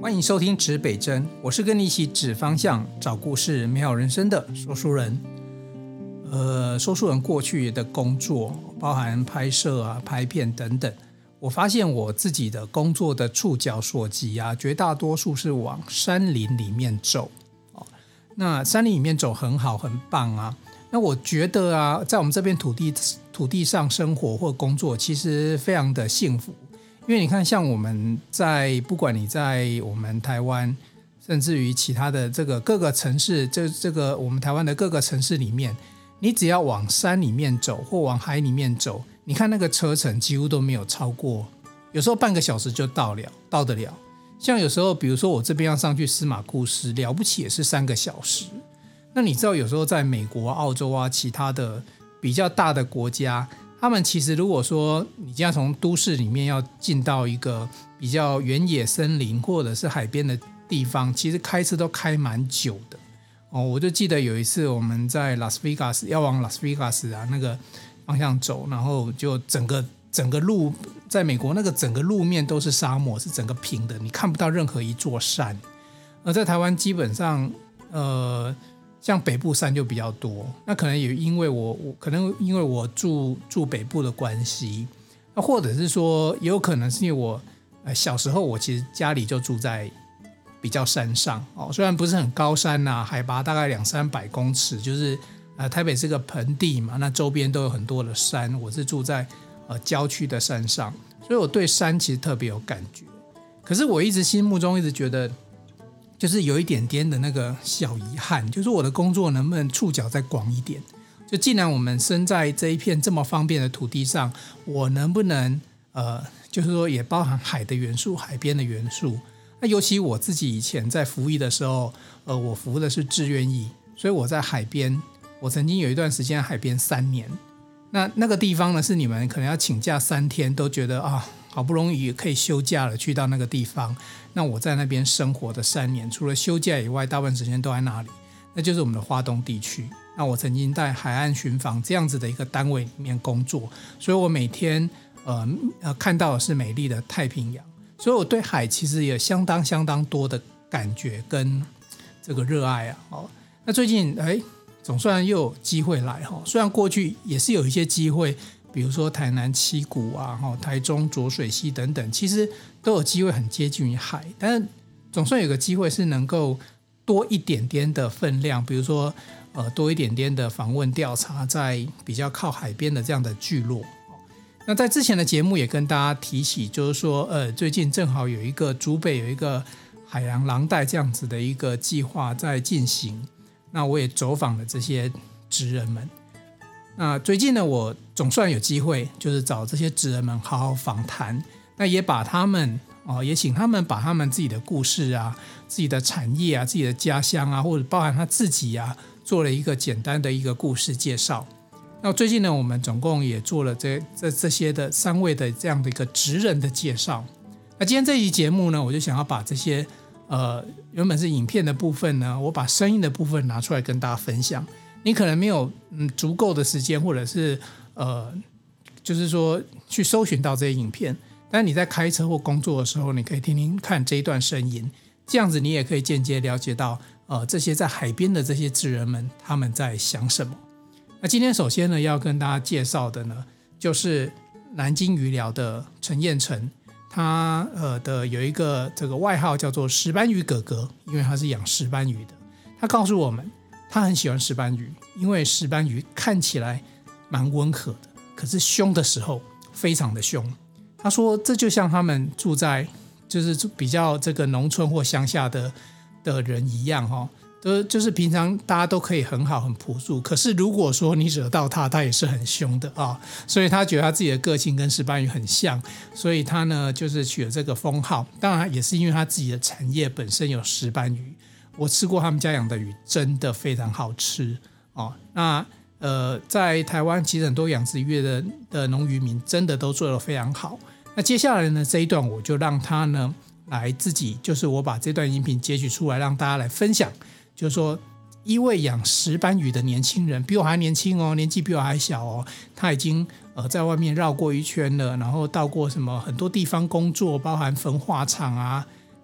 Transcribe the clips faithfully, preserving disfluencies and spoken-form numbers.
欢迎收听指北针，我是跟你一起指方向、找故事、美好人生的说书人。呃，说书人过去的工作包含拍摄啊、拍片等等。我发现我自己的工作的触角所及啊，绝大多数是往山林里面走。哦，那山林里面走很好，很棒啊。那我觉得啊，在我们这边土地土地上生活或工作，其实非常的幸福。因为你看，像我们在不管你在我们台湾，甚至于其他的这个各个城市，这这个我们台湾的各个城市里面，你只要往山里面走或往海里面走，你看那个车程几乎都没有超过，有时候半个小时就到了，到得了。像有时候，比如说我这边要上去司马库斯，了不起也是三个小时。那你知道，有时候在美国、澳洲啊，其他的比较大的国家，他们其实如果说你今天从都市里面要进到一个比较原野森林或者是海边的地方，其实开车都开蛮久的。哦，我就记得有一次我们在拉斯维加斯要往拉斯维加斯啊那个方向走，然后就整个整个路在美国那个整个路面都是沙漠，是整个平的，你看不到任何一座山。而在台湾基本上呃。像北部山就比较多，那可能也因为我我可能因为我住住北部的关系，那或者是说也有可能是因为我、呃、小时候我其实家里就住在比较山上哦，虽然不是很高山呐、啊，海拔大概两三百公尺，就是呃台北是个盆地嘛，那周边都有很多的山，我是住在呃郊区的山上，所以我对山其实特别有感觉。可是我一直心目中一直觉得。就是有一点点的那个小遗憾，就是我的工作能不能触角再广一点？就既然我们身在这一片这么方便的土地上，我能不能呃，就是说也包含海的元素、海边的元素？那尤其我自己以前在服役的时候，呃，我服的是志愿役，所以我在海边，我曾经有一段时间在海边三年。那那个地方呢，是你们可能要请假三天，都觉得啊。好不容易可以休假了，去到那个地方，那我在那边生活的三年，除了休假以外，大部分时间都在那里，那就是我们的花东地区。那我曾经在海岸巡防这样子的一个单位里面工作，所以我每天呃呃看到的是美丽的太平洋，所以我对海其实也相当相当多的感觉跟这个热爱啊。哦，那最近哎，总算又有机会来哈，虽然过去也是有一些机会。比如说台南七股啊，台中浊水溪等等，其实都有机会很接近于海，但是总算有个机会是能够多一点点的分量，比如说呃多一点点的访问调查在比较靠海边的这样的聚落。那在之前的节目也跟大家提起，就是说呃最近正好有一个竹北有一个海洋廊带这样子的一个计划在进行，那我也走访了这些职人们。那最近呢，我总算有机会，就是找这些职人们好好访谈，那也把他们、哦、也请他们把他们自己的故事啊、自己的产业啊、自己的家乡啊，或者包含他自己啊，做了一个简单的一个故事介绍。那最近呢，我们总共也做了这这这些的三位的这样的一个职人的介绍。那今天这一集节目呢，我就想要把这些呃原本是影片的部分呢，我把声音的部分拿出来跟大家分享。你可能没有、嗯、足够的时间，或者是呃，就是说去搜寻到这些影片，但你在开车或工作的时候，你可以听听看这一段声音，这样子你也可以间接了解到呃这些在海边的这些职人们他们在想什么。那今天首先呢，要跟大家介绍的呢，就是南京鱼寮的陈彦成，他呃的有一个这个外号叫做石斑鱼哥哥，因为他是养石斑鱼的。他告诉我们。他很喜欢石斑鱼，因为石斑鱼看起来蛮温和的，可是凶的时候非常的凶。他说这就像他们住在就是比较这个农村或乡下的的人一样、哦、都就是平常大家都可以很好很朴素，可是如果说你惹到他，他也是很凶的啊、哦。所以他觉得他自己的个性跟石斑鱼很像，所以他呢就是取了这个封号。当然也是因为他自己的产业本身有石斑鱼。我吃过他们家养的鱼，真的非常好吃哦。那呃，在台湾其实很多养殖渔业 的, 的农渔民真的都做得非常好。那接下来呢，这一段我就让他呢来自己，就是我把这段音频截取出来，让大家来分享，就是说一位养石斑鱼的年轻人，比我还年轻哦，年纪比我还小哦，他已经呃在外面绕过一圈了，然后到过什么很多地方工作，包含焚化厂啊。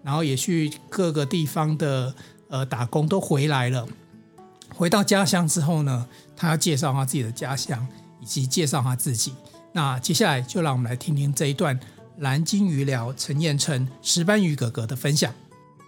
然后也去各个地方的呃打工都回来了。回到家乡之后呢，他要介绍他自己的家乡，以及介绍他自己。那接下来就让我们来听听这一段蓝鲸鱼寮陈彦成石斑鱼哥哥的分享。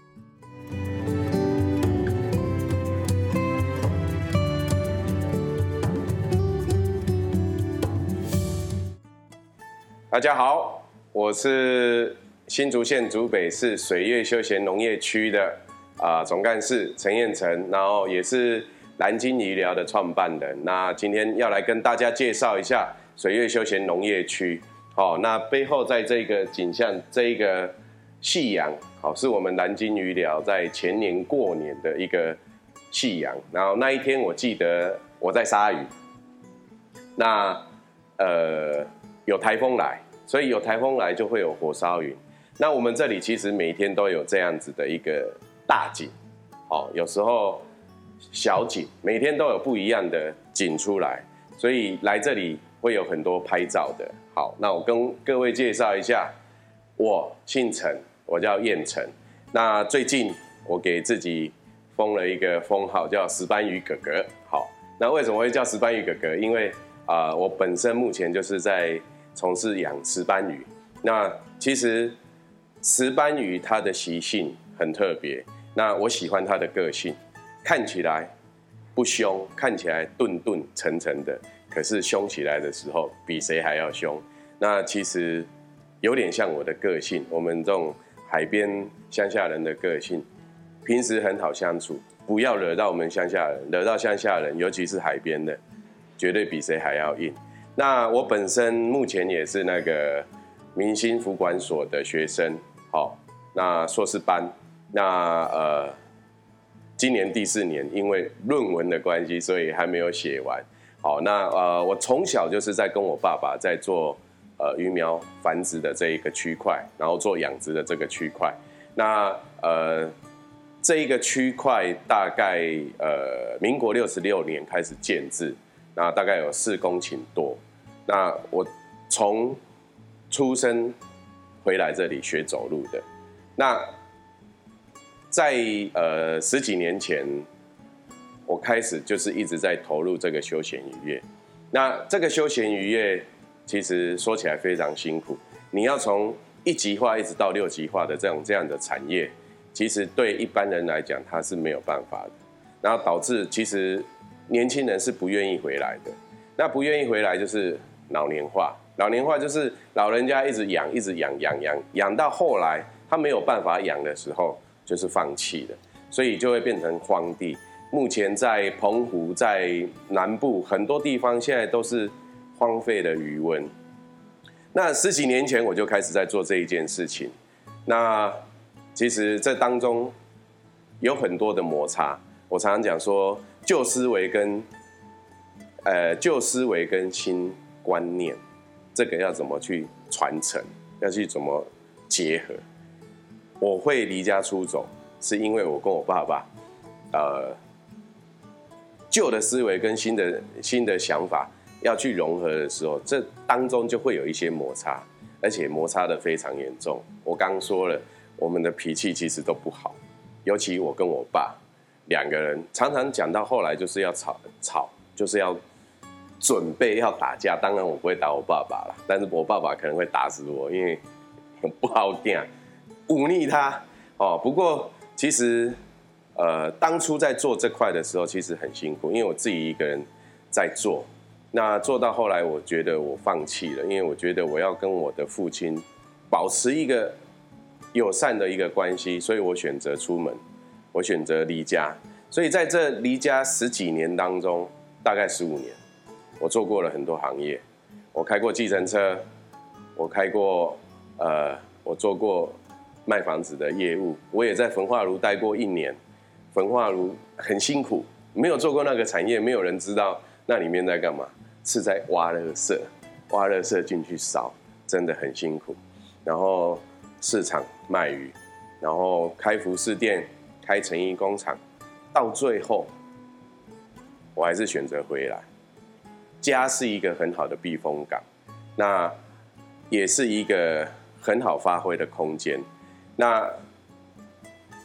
大家好，我是新竹县竹北市水月休闲农业区的啊、呃、总干事陈彦成，然后也是蓝鲸鱼寮的创办人。那今天要来跟大家介绍一下水月休闲农业区。好、哦，那背后在这个景象，这一个夕阳，好、哦，是我们蓝鲸鱼寮在前年过年的一个夕阳。然后那一天我记得我在沙鱼，那呃有台风来。所以有台风来就会有火烧云，那我们这里其实每天都有这样子的一个大景，好，有时候小景，每天都有不一样的景出来，所以来这里会有很多拍照的。好，那我跟各位介绍一下，我姓陈，我叫彦成。那最近我给自己封了一个封号，叫石斑鱼哥哥。好，那为什么会叫石斑鱼哥哥？因为啊、呃，我本身目前就是在从事养石斑鱼。那其实石斑鱼它的习性很特别，那我喜欢它的个性，看起来不凶，看起来顿顿沉沉的，可是凶起来的时候比谁还要凶。那其实有点像我的个性，我们这种海边乡下人的个性，平时很好相处，不要惹到我们乡下人，惹到乡下人，尤其是海边的，绝对比谁还要硬。那我本身目前也是那个明星福管所的学生，好，那硕士班，那呃，今年第四年，因为论文的关系，所以还没有写完。好，那呃，我从小就是在跟我爸爸在做呃鱼苗繁殖的这一个区块，然后做养殖的这个区块。那呃，这一个区块大概呃民国六十六年开始建制。那大概有四公顷多，那我从出生回来这里学走路的，那在呃十几年前，我开始就是一直在投入这个休闲渔业。那这个休闲渔业其实说起来非常辛苦，你要从一级化一直到六级化的这种这样的产业，其实对一般人来讲它是没有办法的，然后导致其实年轻人是不愿意回来的。那不愿意回来就是老年化，老年化就是老人家一直养，一直养，养养养到后来他没有办法养的时候，就是放弃了，所以就会变成荒地。目前在澎湖、在南部很多地方，现在都是荒废的渔塭。那十几年前我就开始在做这一件事情。那其实这当中有很多的摩擦。我常常讲说，旧思维跟呃旧思维跟新观念，这个要怎么去传承，要去怎么结合。我会离家出走，是因为我跟我爸爸，呃，旧的思维跟新的新的想法要去融合的时候，这当中就会有一些摩擦，而且摩擦的非常严重。我刚说了，我们的脾气其实都不好，尤其我跟我爸。两个人常常讲到后来就是要吵吵，就是要准备要打架。当然我不会打我爸爸啦，但是我爸爸可能会打死我，因为不好讲，忤逆他哦。不过其实呃当初在做这块的时候，其实很辛苦，因为我自己一个人在做。那做到后来，我觉得我放弃了，因为我觉得我要跟我的父亲保持一个友善的一个关系，所以我选择出门。我选择离家，所以在这离家十几年当中，大概十五年，我做过了很多行业。我开过计程车，我开过呃，我做过卖房子的业务，我也在焚化炉待过一年。焚化炉很辛苦，没有做过那个产业，没有人知道那里面在干嘛，是在挖垃圾，挖垃圾进去烧，真的很辛苦。然后市场卖鱼，然后开服饰店。开成衣工厂，到最后，我还是选择回来。家是一个很好的避风港，那也是一个很好发挥的空间。那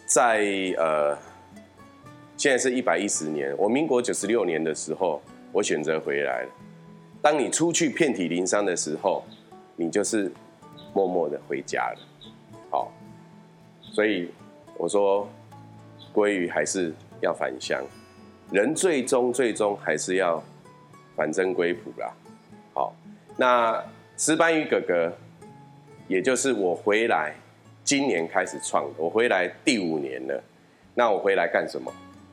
在呃，现在是一百一十年，我民国九十六年的时候，我选择回来了。当你出去遍体鳞伤的时候，你就是默默的回家了。好，所以我说，鲑鱼还是要返乡，人最终最终还是要返征归浦啦。好，那石斑鱼哥哥，也就是我回来。今年开始创的，我回来第五年了。那我回来干什么？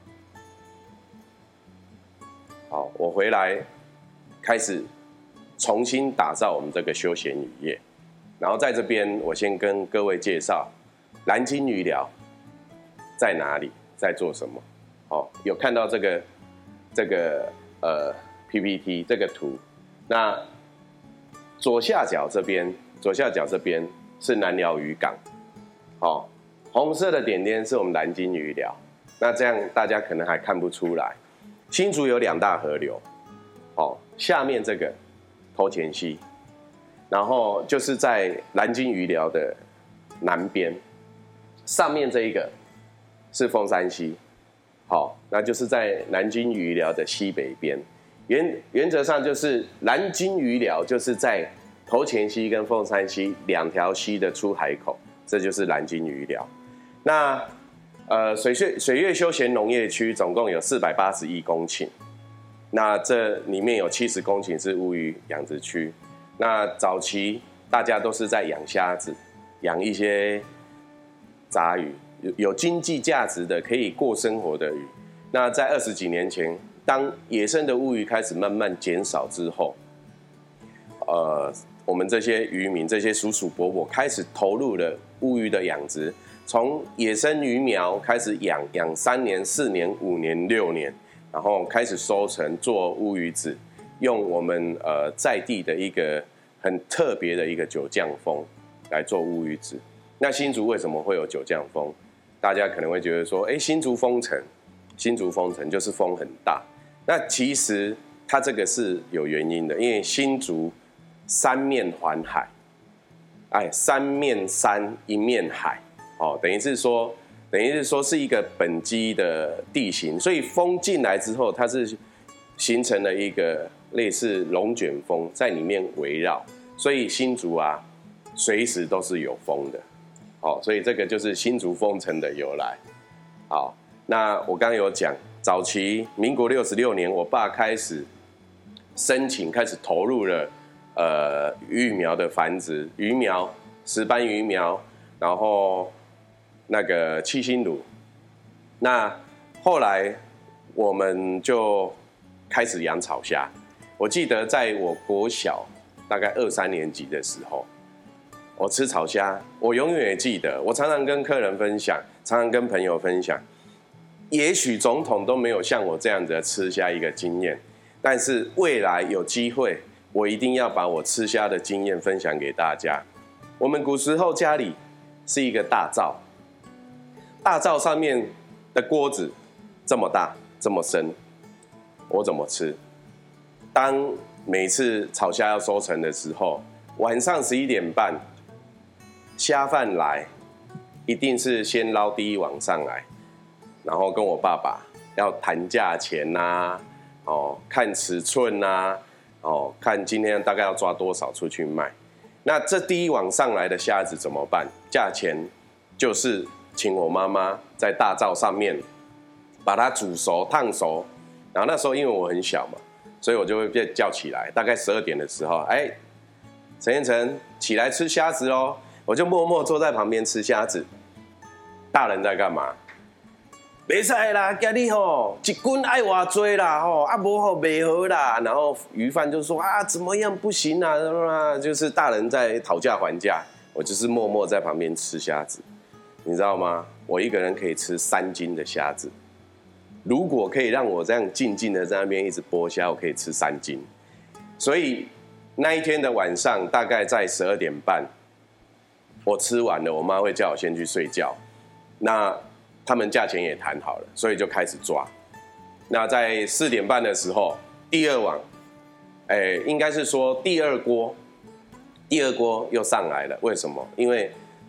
好，我回来开始重新打造我们这个休闲渔业。然后在这边，我先跟各位介绍蓝鲸鱼寮在哪里，在做什么。好，有看到这个这个呃 P P T 这个图。那左下角这边，左下角这边是南寮渔港。哦，红色的点点是我们蓝鲸鱼寮，那这样大家可能还看不出来。新竹有两大河流，哦，下面这个头前溪，然后就是在蓝鲸鱼寮的南边，上面这一个是凤山溪，好、哦，那就是在蓝鲸鱼寮的西北边。原原则上就是蓝鲸鱼寮就是在头前溪跟凤山溪两条溪的出海口。这就是蓝鲸鱼寮。那呃水水水月休闲农业区总共有四百八十一公顷，那这里面有七十公顷是乌鱼养殖区。那早期大家都是在养虾子，养一些杂鱼，有有经济价值的可以过生活的鱼。那在二十几年前，当野生的乌鱼开始慢慢减少之后，呃。我们这些渔民、这些叔叔伯伯开始投入了乌鱼的养殖，从野生鱼苗开始养，养三年、四年、五年、六年，然后开始收成做乌鱼子，用我们呃在地的一个很特别的一个九降风来做乌鱼子。那新竹为什么会有九降风？大家可能会觉得说，哎，新竹风城，新竹风城就是风很大。那其实它这个是有原因的，因为新竹三面环海，哎，三面山一面海，哦，等于是说，等于是说是一个本基的地形，所以风进来之后，它是形成了一个类似龙卷风在里面围绕，所以新竹啊，随时都是有风的，好，所以这个就是新竹风城的由来。好，那我刚刚有讲，早期民国六十六年，我爸开始申请，开始投入了。呃，鱼苗的繁殖，鱼苗、石斑鱼苗，然后那个七星鲈。那后来我们就开始养草虾。我记得在我国小大概二三年级的时候，我吃草虾，我永远也记得。我常常跟客人分享，常常跟朋友分享。也许总统都没有像我这样子的吃虾一个经验，但是未来有机会。我一定要把我吃虾的经验分享给大家。我们古时候家里是一个大灶，大灶上面的锅子这么大这么深，我怎么吃？当每次炒虾要收成的时候，晚上十一点半，虾贩来，一定是先捞第一网上来，然后跟我爸爸要谈价钱呐、啊，哦，看尺寸呐、啊。哦，看今天大概要抓多少出去卖。那这第一网上来的虾子怎么办？价钱就是请我妈妈在大灶上面把它煮熟、烫熟。然后那时候因为我很小嘛，所以我就会被叫起来。大概十二点的时候，哎，陈彦成起来吃虾子咯。我就默默坐在旁边吃虾子。大人在干嘛？没使啦，今日吼一斤爱偌多啦，吼啊无吼袂好啦。然后鱼贩就说啊怎么样不行啊，就是大人在讨价还价，我就是默默在旁边吃虾子，你知道吗？我一个人可以吃三斤的虾子。如果可以让我这样静静的在那边一直剥虾，我可以吃三斤。所以那一天的晚上，大概在十二点半，我吃完了，我妈会叫我先去睡觉。那他们价钱也谈好了，所以就开始抓。那在四点半的时候，第二网，哎、欸，应该是说第二锅，第二锅又上来了。为什么？因为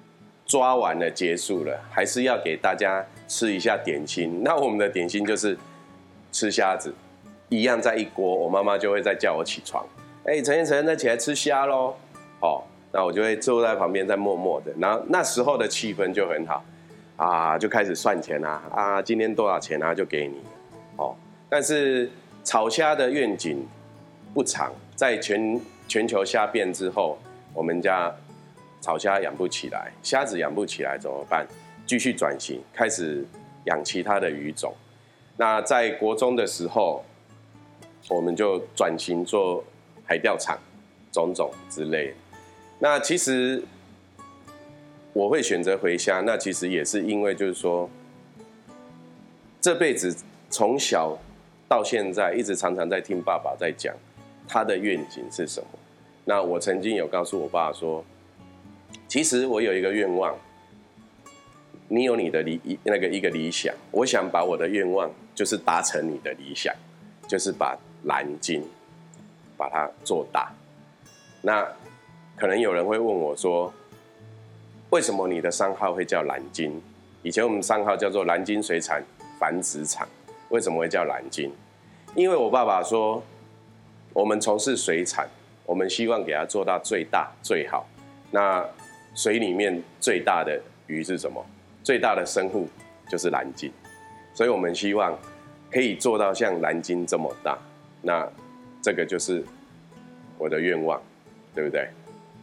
抓完了结束了，还是要给大家吃一下点心。那我们的点心就是吃虾子，一样在一锅，我妈妈就会再叫我起床，哎，陈彦成，那起来吃虾咯。哦，那我就会坐在旁边再默默的，然后那时候的气氛就很好啊，就开始算钱啊，啊，今天多少钱啊，就给你。哦，但是炒虾的愿景不长，在全全球虾变之后，我们家炒虾养不起来，虾子养不起来怎么办？继续转型，开始养其他的鱼种。那在国中的时候，我们就转型做海钓场、种种之类的。那其实我会选择回虾，那其实也是因为就是说，这辈子从小到现在一直常常在听爸爸在讲他的愿景是什么。那我曾经有告诉我爸说，其实我有一个愿望，你有你的理那个一个理想，我想把我的愿望就是达成你的理想，就是把蓝鲸把它做大。那可能有人会问我说，为什么你的商号会叫蓝鲸？以前我们商号叫做蓝鲸水产繁殖场，为什么会叫蓝鲸？因为我爸爸说，我们从事水产，我们希望给它做到最大最好。那水里面最大的鱼是什么？最大的生物就是蓝鲸，所以我们希望可以做到像蓝鲸这么大。那这个就是我的愿望，对不对？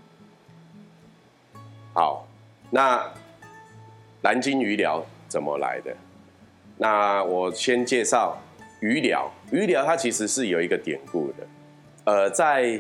好，那蓝鲸鱼寮怎么来的？那我先介绍鱼寮。鱼寮它其实是有一个典故的，呃，在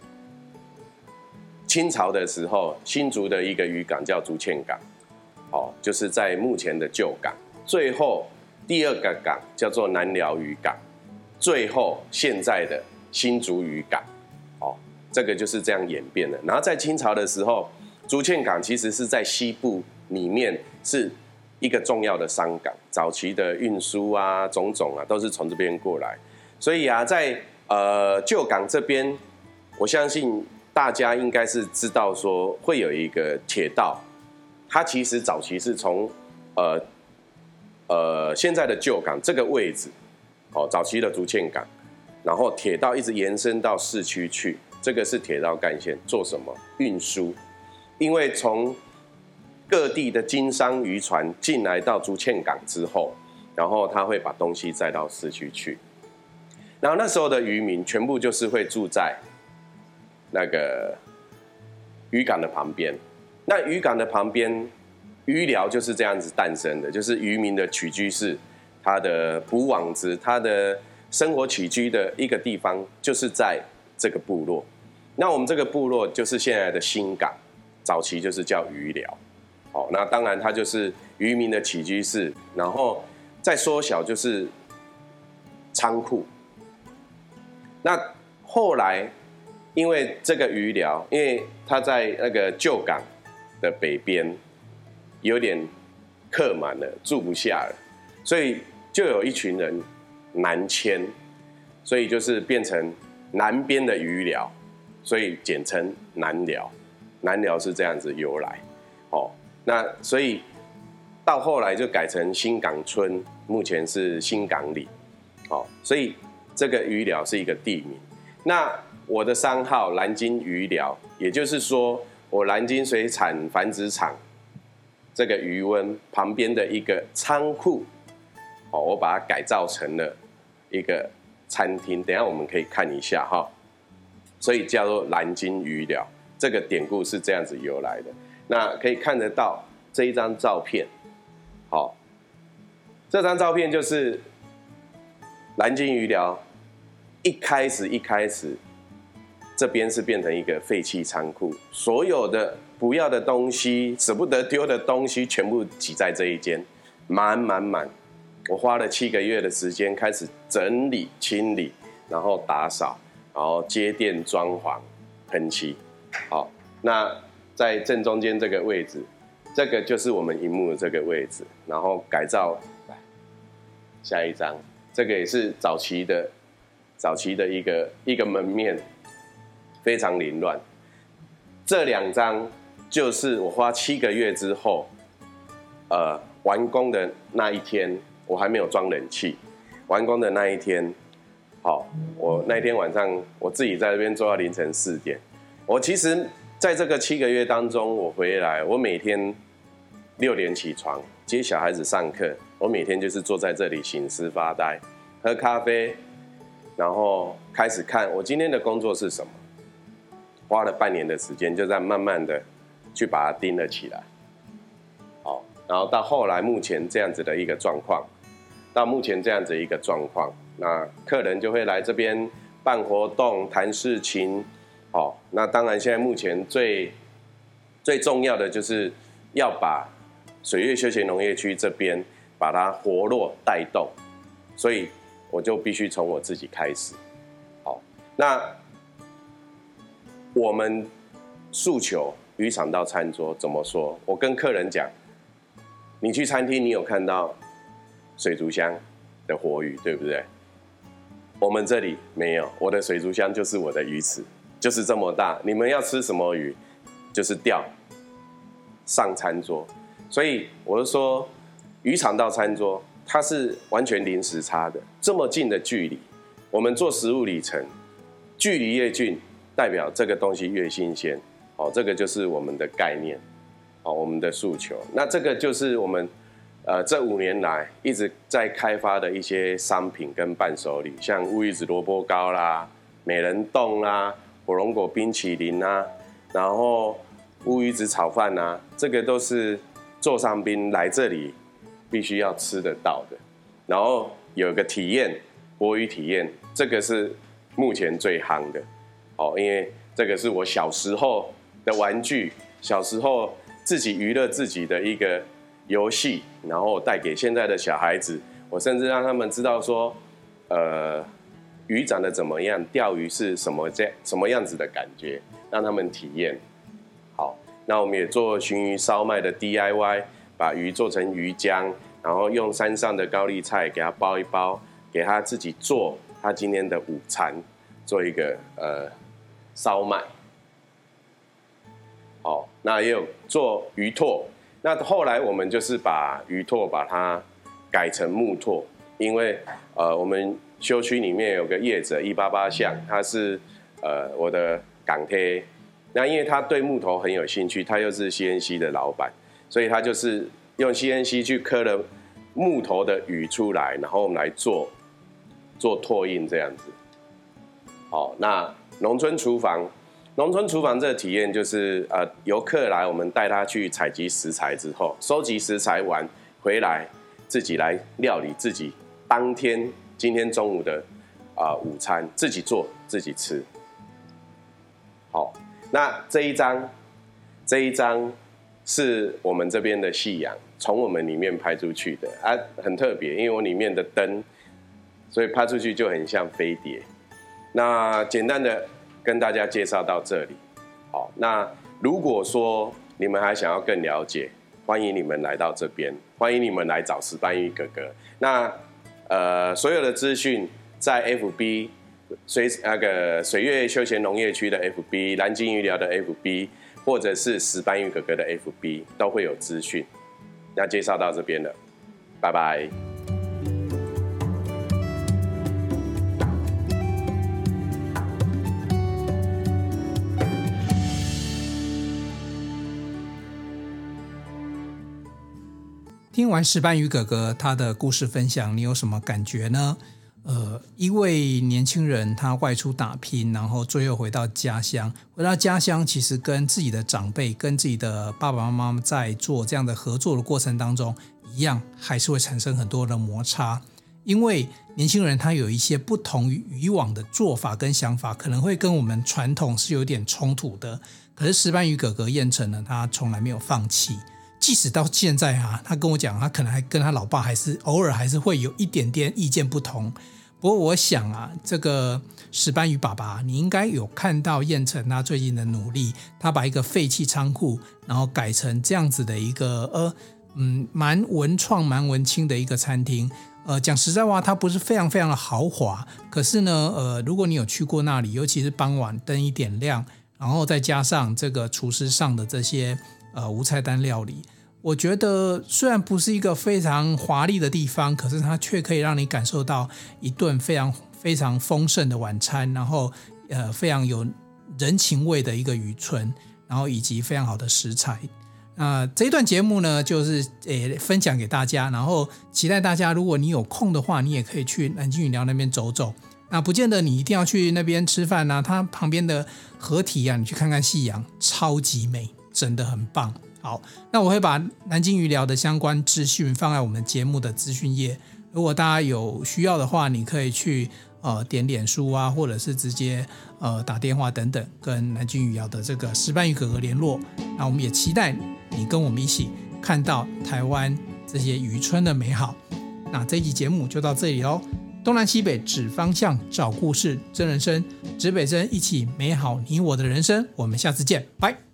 清朝的时候，新竹的一个渔港叫竹堑港，哦，就是在目前的旧港。最后第二个港叫做南寮渔港，最后现在的新竹渔港，哦，这个就是这样演变的。然后在清朝的时候，竹堑港其实是在西部里面是一个重要的商港，早期的运输啊、种种啊都是从这边过来。所以啊，在呃旧港这边，我相信大家应该是知道说会有一个铁道，它其实早期是从呃呃现在的旧港这个位置，哦，早期的竹堑港，然后铁道一直延伸到市区去，这个是铁道干线，做什么？运输。因为从各地的经商渔船进来到竹堑港之后，然后他会把东西载到市区去，然后那时候的渔民全部就是会住在那个渔港的旁边。那渔港的旁边，渔寮就是这样子诞生的，就是渔民的起居室，他的捕网子，他的生活起居的一个地方，就是在这个部落。那我们这个部落就是现在的新港。早期就是叫渔寮，哦，那当然它就是渔民的起居室，然后再缩小就是仓库。那后来因为这个渔寮，因为它在那个旧港的北边有点客满了，住不下了，所以就有一群人南迁，所以就是变成南边的渔寮，所以简称南寮。南寮是这样子由来，哦，那所以到后来就改成新港村，目前是新港里，哦，所以这个渔寮是一个地名。那我的商号蓝鲸渔寮，也就是说我蓝鲸水产繁殖场这个渔塭旁边的一个仓库，哦，我把它改造成了一个餐厅，等一下我们可以看一下哈，所以叫做蓝鲸渔寮。这个典故是这样子由来的，那可以看得到这一张照片，好，这张照片就是蓝鲸渔寮一开始一开始，这边是变成一个废弃仓库，所有的不要的东西、舍不得丢的东西，全部挤在这一间，满满满。我花了七个月的时间开始整理、清理，然后打扫，然后接电、装潢、喷漆。好，那在正中间这个位置，这个就是我们萤幕的这个位置，然后改造。下一张，这个也是早期的，早期的一个一个门面，非常凌乱。这两张就是我花七个月之后，呃，完工的那一天，我还没有装冷气。完工的那一天，好，我那天晚上我自己在那边做到凌晨四点。我其实在这个七个月当中，我回来，我每天六点起床接小孩子上课，我每天就是坐在这里醒思发呆，喝咖啡，然后开始看我今天的工作是什么。花了半年的时间，就这样慢慢的去把它盯了起来。好，然后到后来目前这样子的一个状况。到目前这样子一个状况，那客人就会来这边办活动、谈事情，哦，那当然现在目前最最重要的就是要把水月休闲农业区这边把它活络带动，所以我就必须从我自己开始。好，那我们诉求渔场到餐桌怎么说？我跟客人讲，你去餐厅，你有看到水族箱的活鱼，对不对？我们这里没有，我的水族箱就是我的鱼池，就是这么大。你们要吃什么鱼，就是钓上餐桌。所以我就说，渔场到餐桌，它是完全零时差的，这么近的距离，我们做食物里程，距离越近，代表这个东西越新鲜。哦，这个就是我们的概念，哦，我们的诉求。那这个就是我们。呃，这五年来一直在开发的一些商品跟伴手礼，像乌鱼子萝卜糕啦、美人冻啦、火龙果冰淇淋啦，然后乌鱼子炒饭啦，这个都是座上宾来这里必须要吃得到的。然后有一个体验，博鱼体验，这个是目前最夯的哦，因为这个是我小时候的玩具，小时候自己娱乐自己的一个游戏，然后带给现在的小孩子，我甚至让他们知道说，呃，鱼长得怎么样，钓鱼是什么这什么样子的感觉，让他们体验。好，那我们也做鲟鱼烧麦的 D I Y， 把鱼做成鱼浆，然后用山上的高丽菜给它包一包，给他自己做他今天的午餐，做一个呃烧麦。好，那也有做鱼拓。那后来我们就是把鱼拓把它改成木拓，因为呃我们休区里面有个业者一八八巷，他是呃我的港贴，那因为他对木头很有兴趣，他又是 C N C 的老板，所以他就是用 C N C 去刻了木头的鱼出来，然后我们来做做拓印这样子。好，那农村厨房。农村厨房这个体验就是，呃，游客来，我们带他去采集食材之后，收集食材完回来，自己来料理自己当天今天中午的啊、呃、午餐，自己做自己吃。好，那这一张这一张是我们这边的夕阳，从我们里面拍出去的啊，很特别，因为我里面的灯，所以拍出去就很像飞碟。那简单的跟大家介绍到这里，好，那如果说你们还想要更了解，欢迎你们来到这边，欢迎你们来找石斑鱼哥哥。那呃，所有的资讯在 F B 水那个水月休闲农业区的 F B、蓝鲸鱼寮的 F B， 或者是石斑鱼哥哥的 F B 都会有资讯。那介绍到这边了，拜拜。 听完石斑鱼哥哥他的故事分享，你有什么感觉呢？呃，一位年轻人他外出打拼，然后最后回到家乡，回到家乡其实跟自己的长辈、跟自己的爸爸妈妈在做这样的合作的过程当中，一样还是会产生很多的摩擦，因为年轻人他有一些不同于以往的做法跟想法，可能会跟我们传统是有点冲突的。可是石斑鱼哥哥燕城呢，他从来没有放弃。即使到现在啊，他跟我讲，他可能还跟他老爸还是偶尔还是会有一点点意见不同。不过我想啊，这个石斑鱼爸爸，你应该有看到燕城他最近的努力，他把一个废弃仓库，然后改成这样子的一个呃嗯蛮文创、蛮文青的一个餐厅。呃，讲实在话，它不是非常非常的豪华，可是呢，呃，如果你有去过那里，尤其是傍晚灯一点亮。 然后再加上这个厨师上的这些呃无菜单料理，我觉得虽然不是一个非常华丽的地方，可是它却可以让你感受到一顿非常非常丰盛的晚餐，然后呃非常有人情味的一个渔村，然后以及非常好的食材。那这一段节目呢，就是诶分享给大家，然后期待大家，如果你有空的话，你也可以去南京语寮那边走走。那不见得你一定要去那边吃饭啊，它旁边的河堤啊，你去看看夕阳，超级美，真的很棒。好，那我会把南京鱼寮的相关资讯放在我们节目的资讯页，如果大家有需要的话，你可以去呃点脸书啊，或者是直接呃打电话等等，跟南京鱼寮的这个石斑鱼哥哥联络。那我们也期待你跟我们一起看到台湾这些渔村的美好。那这一集节目就到这里咯，东南西北指方向，找故事，真人生，指北针，一起美好你我的人生。我们下次见，拜。